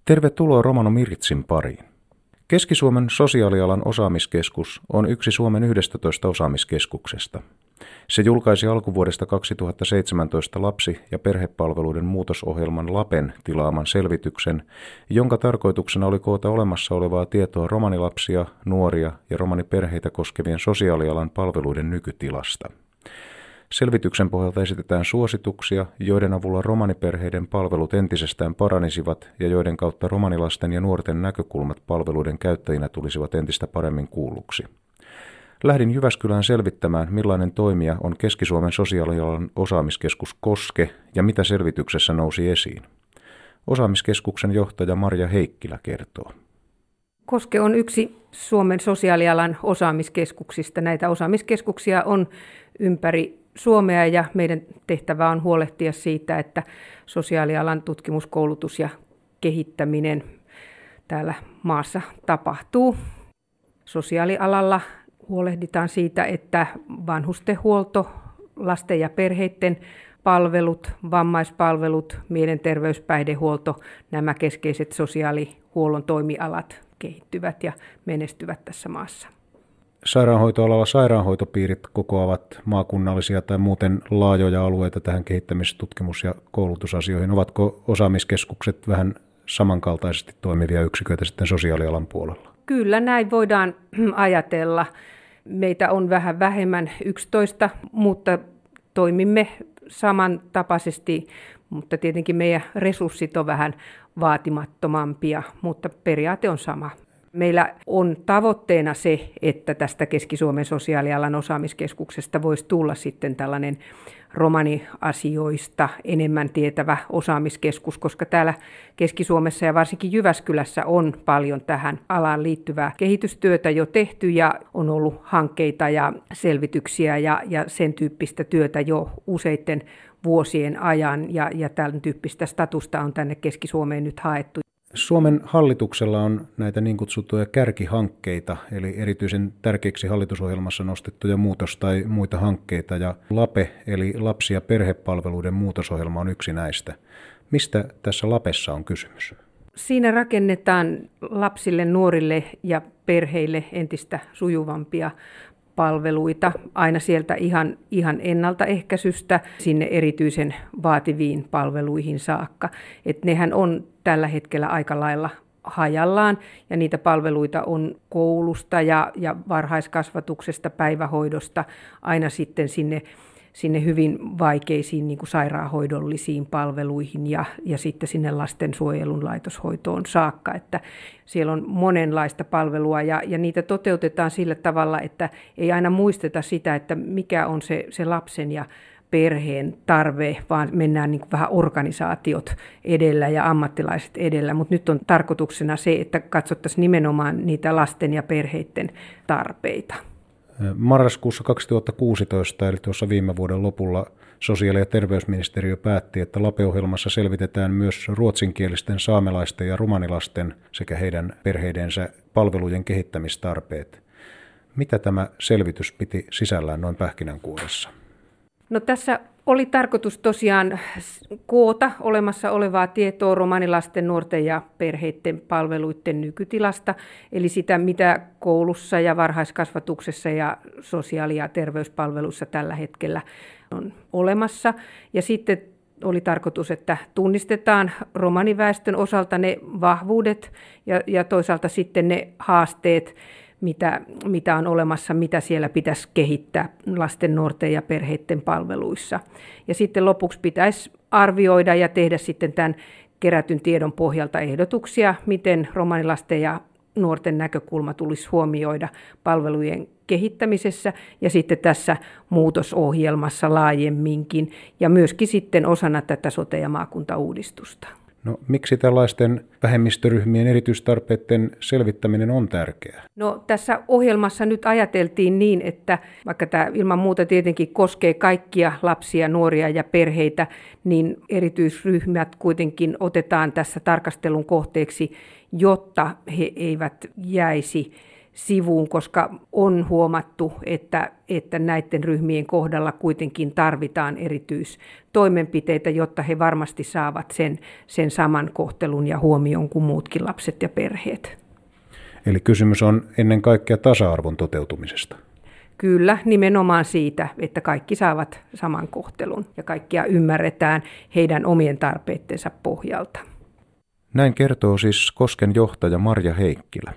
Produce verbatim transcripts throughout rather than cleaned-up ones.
Tervetuloa Romano Miritsin pariin. Keski-Suomen sosiaalialan osaamiskeskus on yksi Suomen yhdestätoista osaamiskeskuksesta. Se julkaisi alkuvuodesta kaksituhattaseitsemäntoista lapsi- ja perhepalveluiden muutosohjelman LAPEn tilaaman selvityksen, jonka tarkoituksena oli koota olemassa olevaa tietoa romanilapsia, nuoria ja romaniperheitä koskevien sosiaalialan palveluiden nykytilasta. Selvityksen pohjalta esitetään suosituksia, joiden avulla romaniperheiden palvelut entisestään paranisivat ja joiden kautta romanilasten ja nuorten näkökulmat palveluiden käyttäjinä tulisivat entistä paremmin kuulluksi. Lähdin Jyväskylään selvittämään, millainen toimija on Keski-Suomen sosiaalialan osaamiskeskus KOSKE ja mitä selvityksessä nousi esiin. Osaamiskeskuksen johtaja Marja Heikkilä kertoo. KOSKE on yksi Suomen sosiaalialan osaamiskeskuksista. Näitä osaamiskeskuksia on ympäri Suomea ja meidän tehtävä on huolehtia siitä, että sosiaalialan tutkimus, koulutus ja kehittäminen täällä maassa tapahtuu. Sosiaalialalla huolehditaan siitä, että vanhustenhuolto, lasten ja perheiden palvelut, vammaispalvelut, mielenterveyspäihdehuolto, nämä keskeiset sosiaalihuollon toimialat kehittyvät ja menestyvät tässä maassa. Sairaanhoitoalalla sairaanhoitopiirit kokoavat maakunnallisia tai muuten laajoja alueita tähän kehittämis-, tutkimus- ja koulutusasioihin. Ovatko osaamiskeskukset vähän samankaltaisesti toimivia yksiköitä sitten sosiaalialan puolella? Kyllä näin voidaan ajatella. Meitä on vähän vähemmän yksitoista, mutta toimimme samantapaisesti, mutta tietenkin meidän resurssit on vähän vaatimattomampia, mutta periaate on sama. Meillä on tavoitteena se, että tästä Keski-Suomen sosiaalialan osaamiskeskuksesta voisi tulla sitten tällainen romaniasioista enemmän tietävä osaamiskeskus, koska täällä Keski-Suomessa ja varsinkin Jyväskylässä on paljon tähän alaan liittyvää kehitystyötä jo tehty ja on ollut hankkeita ja selvityksiä ja, ja sen tyyppistä työtä jo useiden vuosien ajan ja, ja tämän tyyppistä statusta on tänne Keski-Suomeen nyt haettu. Suomen hallituksella on näitä niin kutsuttuja kärkihankkeita, eli erityisen tärkeiksi hallitusohjelmassa nostettuja muutos- tai muita hankkeita, ja LAPE, eli lapsi- ja perhepalveluiden muutosohjelma on yksi näistä. Mistä tässä LAPEssa on kysymys? Siinä rakennetaan lapsille, nuorille ja perheille entistä sujuvampia palveluita, aina sieltä ihan, ihan ennaltaehkäisystä sinne erityisen vaativiin palveluihin saakka. Et nehän on tällä hetkellä aika lailla hajallaan ja niitä palveluita on koulusta ja, ja varhaiskasvatuksesta, päivähoidosta aina sitten sinne, sinne hyvin vaikeisiin niin kuin sairaanhoidollisiin palveluihin ja, ja sitten sinne lastensuojelun laitoshoitoon saakka. Että siellä on monenlaista palvelua ja, ja niitä toteutetaan sillä tavalla, että ei aina muisteta sitä, että mikä on se, se lapsen ja perheen tarve, vaan mennään niin kuin vähän organisaatiot edellä ja ammattilaiset edellä. Mutta nyt on tarkoituksena se, että katsottaisiin nimenomaan niitä lasten ja perheiden tarpeita. Marraskuussa kaksituhattakuusitoista, eli tuossa viime vuoden lopulla, sosiaali- ja terveysministeriö päätti, että LAPE-ohjelmassa selvitetään myös ruotsinkielisten saamelaisten ja romanilasten sekä heidän perheidensä palvelujen kehittämistarpeet. Mitä tämä selvitys piti sisällään noin pähkinänkuoressa? No tässä oli tarkoitus tosiaan koota olemassa olevaa tietoa romanilasten, nuorten ja perheiden palveluiden nykytilasta, eli sitä, mitä koulussa ja varhaiskasvatuksessa ja sosiaali- ja terveyspalveluissa tällä hetkellä on olemassa. Ja sitten oli tarkoitus, että tunnistetaan romaniväestön osalta ne vahvuudet ja, ja toisaalta sitten ne haasteet, Mitä, mitä on olemassa, mitä siellä pitäisi kehittää lasten, nuorten ja perheiden palveluissa. Ja sitten lopuksi pitäisi arvioida ja tehdä sitten tämän kerätyn tiedon pohjalta ehdotuksia, miten romanilasten ja nuorten näkökulma tulisi huomioida palvelujen kehittämisessä ja sitten tässä muutosohjelmassa laajemminkin ja myöskin sitten osana tätä sote- ja maakuntauudistusta. No, miksi tällaisten vähemmistöryhmien erityistarpeiden selvittäminen on tärkeää? No, tässä ohjelmassa nyt ajateltiin niin, että vaikka tämä ilman muuta tietenkin koskee kaikkia lapsia, nuoria ja perheitä, niin erityisryhmät kuitenkin otetaan tässä tarkastelun kohteeksi, jotta he eivät jäisi sivuun, koska on huomattu, että, että näiden ryhmien kohdalla kuitenkin tarvitaan erityistoimenpiteitä, jotta he varmasti saavat sen, sen saman kohtelun ja huomion kuin muutkin lapset ja perheet. Eli kysymys on ennen kaikkea tasa-arvon toteutumisesta. Kyllä, nimenomaan siitä, että kaikki saavat saman kohtelun ja kaikkia ymmärretään heidän omien tarpeittensa pohjalta. Näin kertoo siis Kosken johtaja Marja Heikkilä.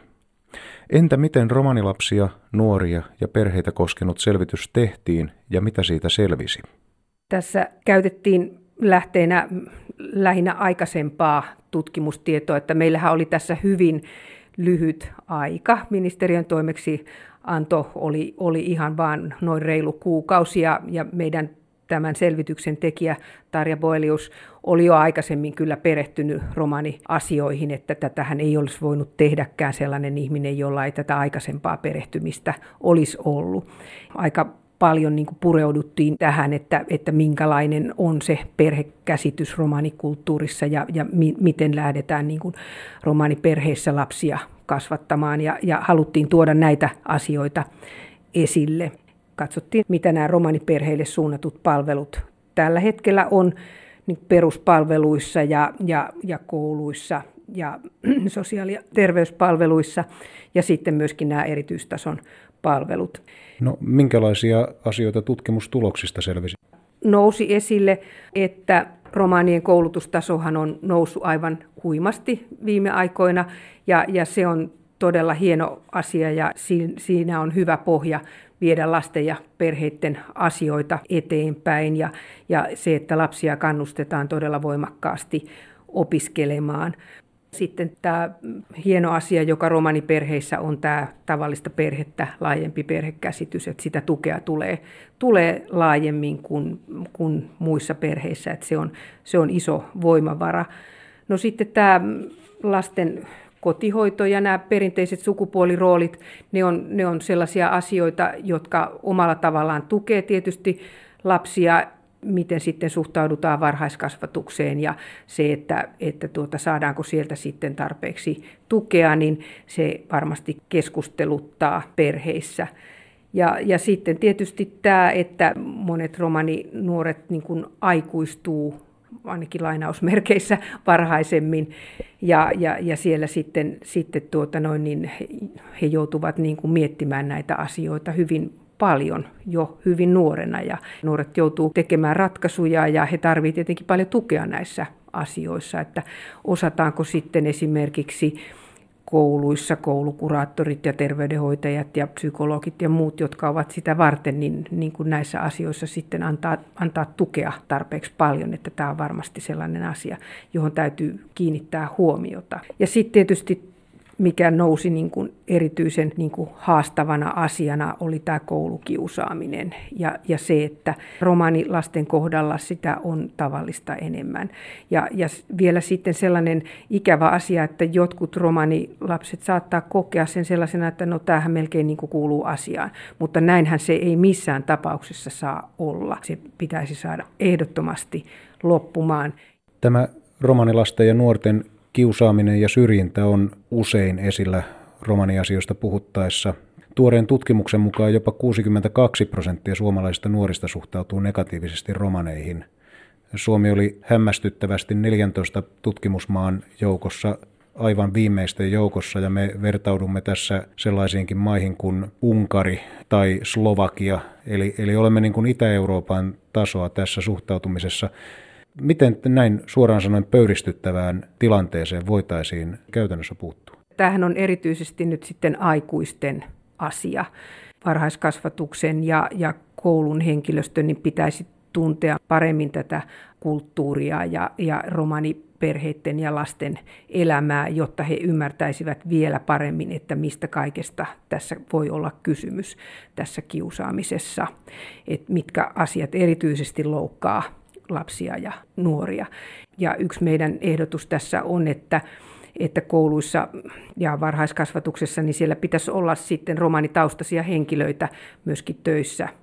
Entä miten romanilapsia, nuoria ja perheitä koskenut selvitys tehtiin ja mitä siitä selvisi? Tässä käytettiin lähteenä lähinnä aikaisempaa tutkimustietoa, että meillähän oli tässä hyvin lyhyt aika. Ministeriön toimeksianto oli, oli ihan vain noin reilu kuukausi ja, ja meidän tämän selvityksen tekijä Tarja Boelius oli jo aikaisemmin kyllä perehtynyt romani-asioihin, että tätähän ei olisi voinut tehdäkään sellainen ihminen, jolla ei tätä aikaisempaa perehtymistä olisi ollut. Aika paljon niin kuin pureuduttiin tähän, että, että minkälainen on se perhekäsitys romanikulttuurissa ja, ja mi, miten lähdetään niin kuin romaniperheissä lapsia kasvattamaan ja, ja haluttiin tuoda näitä asioita esille. Katsottiin, mitä nämä romaniperheille suunnatut palvelut tällä hetkellä on niin peruspalveluissa ja, ja, ja kouluissa ja sosiaali- ja terveyspalveluissa ja sitten myöskin nämä erityistason palvelut. No, minkälaisia asioita tutkimustuloksista selvisi? Nousi esille, että romanien koulutustasohan on noussut aivan huimasti viime aikoina ja, ja se on todella hieno asia ja siinä on hyvä pohja viedä lasten ja perheiden asioita eteenpäin ja, ja se, että lapsia kannustetaan todella voimakkaasti opiskelemaan. Sitten tämä hieno asia, joka romaniperheissä on tämä tavallista perhettä laajempi perhekäsitys, että sitä tukea tulee, tulee laajemmin kuin, kuin muissa perheissä, että se on, se on iso voimavara. No sitten tämä lasten kotihoito ja nämä perinteiset sukupuoliroolit, ne on, ne on sellaisia asioita, jotka omalla tavallaan tukee tietysti lapsia, miten sitten suhtaudutaan varhaiskasvatukseen ja se, että, että tuota, saadaanko sieltä sitten tarpeeksi tukea, niin se varmasti keskusteluttaa perheissä. Ja, ja sitten tietysti tämä, että monet romaninuoret niin kuin aikuistuu ainakin lainausmerkeissä varhaisemmin ja, ja, ja siellä sitten, sitten tuota noin, niin he joutuvat niin kuin miettimään näitä asioita hyvin paljon jo hyvin nuorena ja nuoret joutuu tekemään ratkaisuja ja he tarvitsevat tietenkin paljon tukea näissä asioissa, että osataanko sitten esimerkiksi kouluissa koulukuraattorit ja terveydenhoitajat ja psykologit ja muut, jotka ovat sitä varten, niin, niin kuin näissä asioissa sitten antaa, antaa tukea tarpeeksi paljon, että tämä on varmasti sellainen asia, johon täytyy kiinnittää huomiota. Ja sitten tietysti mikä nousi niin kuin erityisen niin kuin haastavana asiana, oli tämä koulukiusaaminen ja, ja se, että romanilasten kohdalla sitä on tavallista enemmän. Ja, ja vielä sitten sellainen ikävä asia, että jotkut romanilapset saattaa kokea sen sellaisena, että no tämähän melkein niin kuin kuuluu asiaan, mutta näinhän se ei missään tapauksessa saa olla. Se pitäisi saada ehdottomasti loppumaan. Tämä romanilasten ja nuorten kiusaaminen ja syrjintä on usein esillä romaniasioista puhuttaessa. Tuoreen tutkimuksen mukaan jopa kuusikymmentäkaksi prosenttia suomalaisista nuorista suhtautuu negatiivisesti romaneihin. Suomi oli hämmästyttävästi neljäntoista tutkimusmaan joukossa aivan viimeisten joukossa ja me vertaudumme tässä sellaisiinkin maihin kuin Unkari tai Slovakia. Eli, eli olemme niin kuin Itä-Euroopan tasoa tässä suhtautumisessa. Miten näin suoraan sanoen pöyristyttävään tilanteeseen voitaisiin käytännössä puuttua? Tämähän on erityisesti nyt sitten aikuisten asia. Varhaiskasvatuksen ja, ja koulun henkilöstön niin pitäisi tuntea paremmin tätä kulttuuria ja, ja romaniperheiden ja lasten elämää, jotta he ymmärtäisivät vielä paremmin, että mistä kaikesta tässä voi olla kysymys tässä kiusaamisessa, että mitkä asiat erityisesti loukkaa lapsia ja nuoria. Ja yksi meidän ehdotus tässä on, että, että kouluissa ja varhaiskasvatuksessa niin siellä pitäisi olla sitten romanitaustaisia henkilöitä myöskin töissä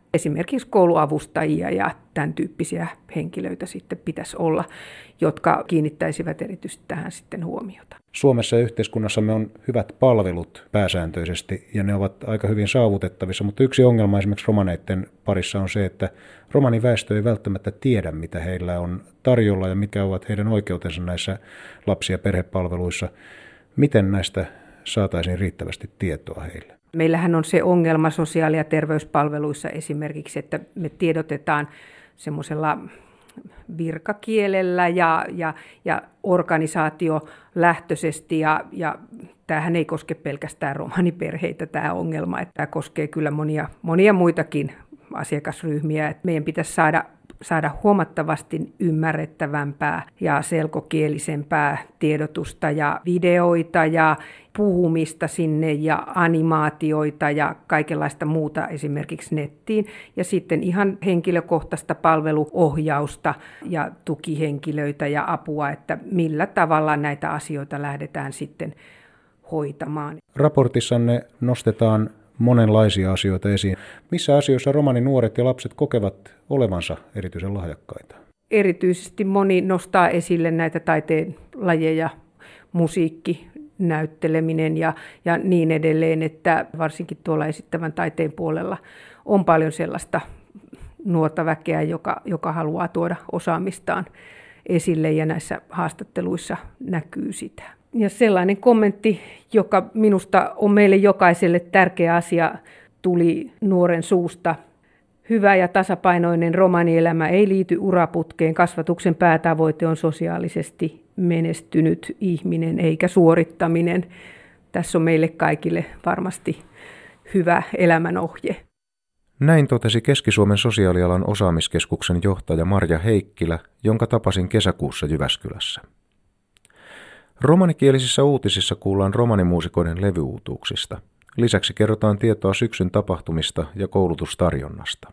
Esimerkiksi kouluavustajia ja tämän tyyppisiä henkilöitä sitten pitäisi olla, jotka kiinnittäisivät erityisesti tähän sitten huomiota. Suomessa ja yhteiskunnassamme on hyvät palvelut pääsääntöisesti ja ne ovat aika hyvin saavutettavissa, mutta yksi ongelma esimerkiksi romaneiden parissa on se, että romaniväestö ei välttämättä tiedä, mitä heillä on tarjolla ja mitkä ovat heidän oikeutensa näissä lapsi- ja perhepalveluissa. Miten näistä saataisiin riittävästi tietoa heille? Meillähän on se ongelma sosiaali- ja terveyspalveluissa esimerkiksi, että me tiedotetaan semmoisella virkakielellä ja, ja, ja organisaatiolähtöisesti, ja, ja tämähän ei koske pelkästään romaniperheitä tämä ongelma, että tämä koskee kyllä monia, monia muitakin asiakasryhmiä. Että meidän pitäisi saada, saada huomattavasti ymmärrettävämpää ja selkokielisempää tiedotusta ja videoita ja puhumista sinne ja animaatioita ja kaikenlaista muuta esimerkiksi nettiin. Ja sitten ihan henkilökohtaista palveluohjausta ja tukihenkilöitä ja apua, että millä tavalla näitä asioita lähdetään sitten hoitamaan. Raportissanne nostetaan monenlaisia asioita esiin. Missä asioissa romaninuoret ja lapset kokevat olevansa erityisen lahjakkaita? Erityisesti moni nostaa esille näitä taiteen lajeja, musiikki, näytteleminen ja, ja niin edelleen, että varsinkin tuolla esittävän taiteen puolella on paljon sellaista nuorta väkeä, joka, joka haluaa tuoda osaamistaan esille, ja näissä haastatteluissa näkyy sitä. Ja sellainen kommentti, joka minusta on meille jokaiselle tärkeä asia, tuli nuoren suusta. Hyvä ja tasapainoinen romanielämä ei liity uraputkeen. Kasvatuksen päätavoite on sosiaalisesti menestynyt ihminen eikä suorittaminen. Tässä on meille kaikille varmasti hyvä elämänohje. Näin totesi Keski-Suomen sosiaalialan osaamiskeskuksen johtaja Marja Heikkilä, jonka tapasin kesäkuussa Jyväskylässä. Romanikielisissä uutisissa kuullaan romanimuusikoiden levyyutuuksista. Lisäksi kerrotaan tietoa syksyn tapahtumista ja koulutustarjonnasta.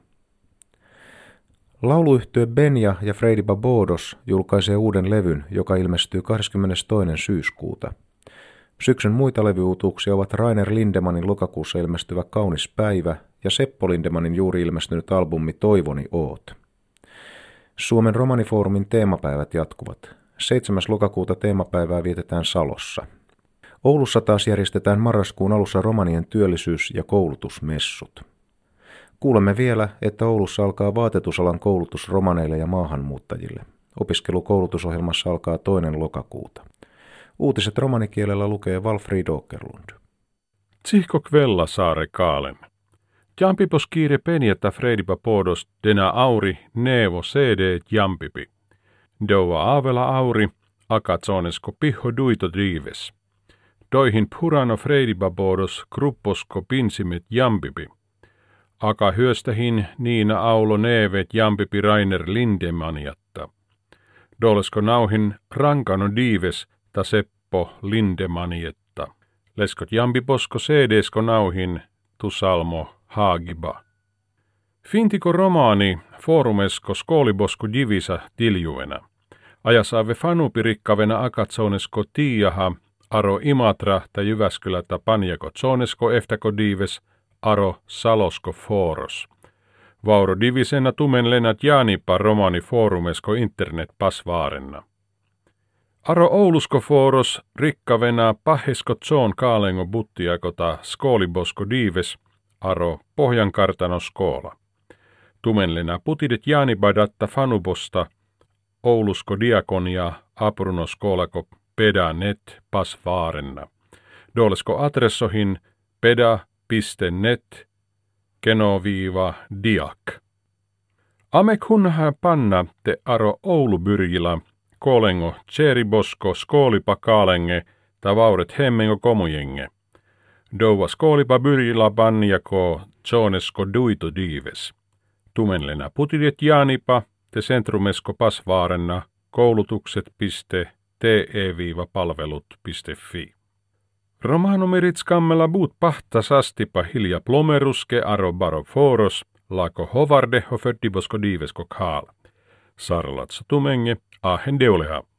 Lauluyhtye Benja ja Freidi Barbados julkaisee uuden levyn, joka ilmestyy kahdeskymmenestoinen syyskuuta. Syksyn muita levyyutuuksia ovat Rainer Lindemanin lokakuussa ilmestyvä Kaunis päivä ja Seppo Lindemanin juuri ilmestynyt albumi Toivoni oot. Suomen romanifoorumin teemapäivät jatkuvat. seitsemäs lokakuuta teemapäivää vietetään Salossa. Oulussa taas järjestetään marraskuun alussa romanien työllisyys- ja koulutusmessut. Kuulemme vielä, että Oulussa alkaa vaatetusalan koulutus romaneille ja maahanmuuttajille. Opiskelu koulutusohjelmassa alkaa toinen lokakuuta. Uutiset romanikielellä lukee Valfrid Åkerlund. Tsihko kvella saare kaalen. Jampipos kiire penjätä Freidi Barbados denä auri neevo cd jampipi. Doua aavela auri, akatsonesko piho duito drives. Doihin purano Freidi Barbados krupposko pinsimet jampipi. Aka hyöstähin niina aulo neevet jampipi Rainer Lindemaniatta. Dolesko nauhin rankano diives ta Seppo Lindemanietta. Leskot jampiposko cdsko nauhin tu salmo haagiba. Fintiko romaani foorumesko skoolibosko divisa tiljuena. Ajasaave fanupirikkavena akatsonesko tiiaha aro Imatra ta Jyväskylä ta panjako tsonesko eftako dives aro Salosko fooros. Vauro divisena tumen lenat jaanipa romani foorumesko internet pasvaarenna. Aro Oulusko fooros rikkavena pahesko tsoon kaalengo buttiakota skoolibosko dives aro Pohjankartano skoola. Tumenlena putidet jaanipa datta fanubosta Oulusko diakonia aprunoskoolako peda net pasvaarenna. Dolesko adressohin peda piste net kenoviiva diak. Amek hunha panna te aro Oulubyrjila kolengo tseribosko skoolipa kaalenge ta vauret hemmengo komujenge. Douva skoolipa byrjila panjako tsonesko duito diives. Tumenlena putidet jaanipa te centrumesko pasvaarenna koulutukset.te-palvelut piste fi. Romaanomerits kammela buut pahta sastipa hilja plomeruske aro baro foros lako hovarde ho föddibosko diivesko kaal. Sarlatsa tumenge ahen deuleha.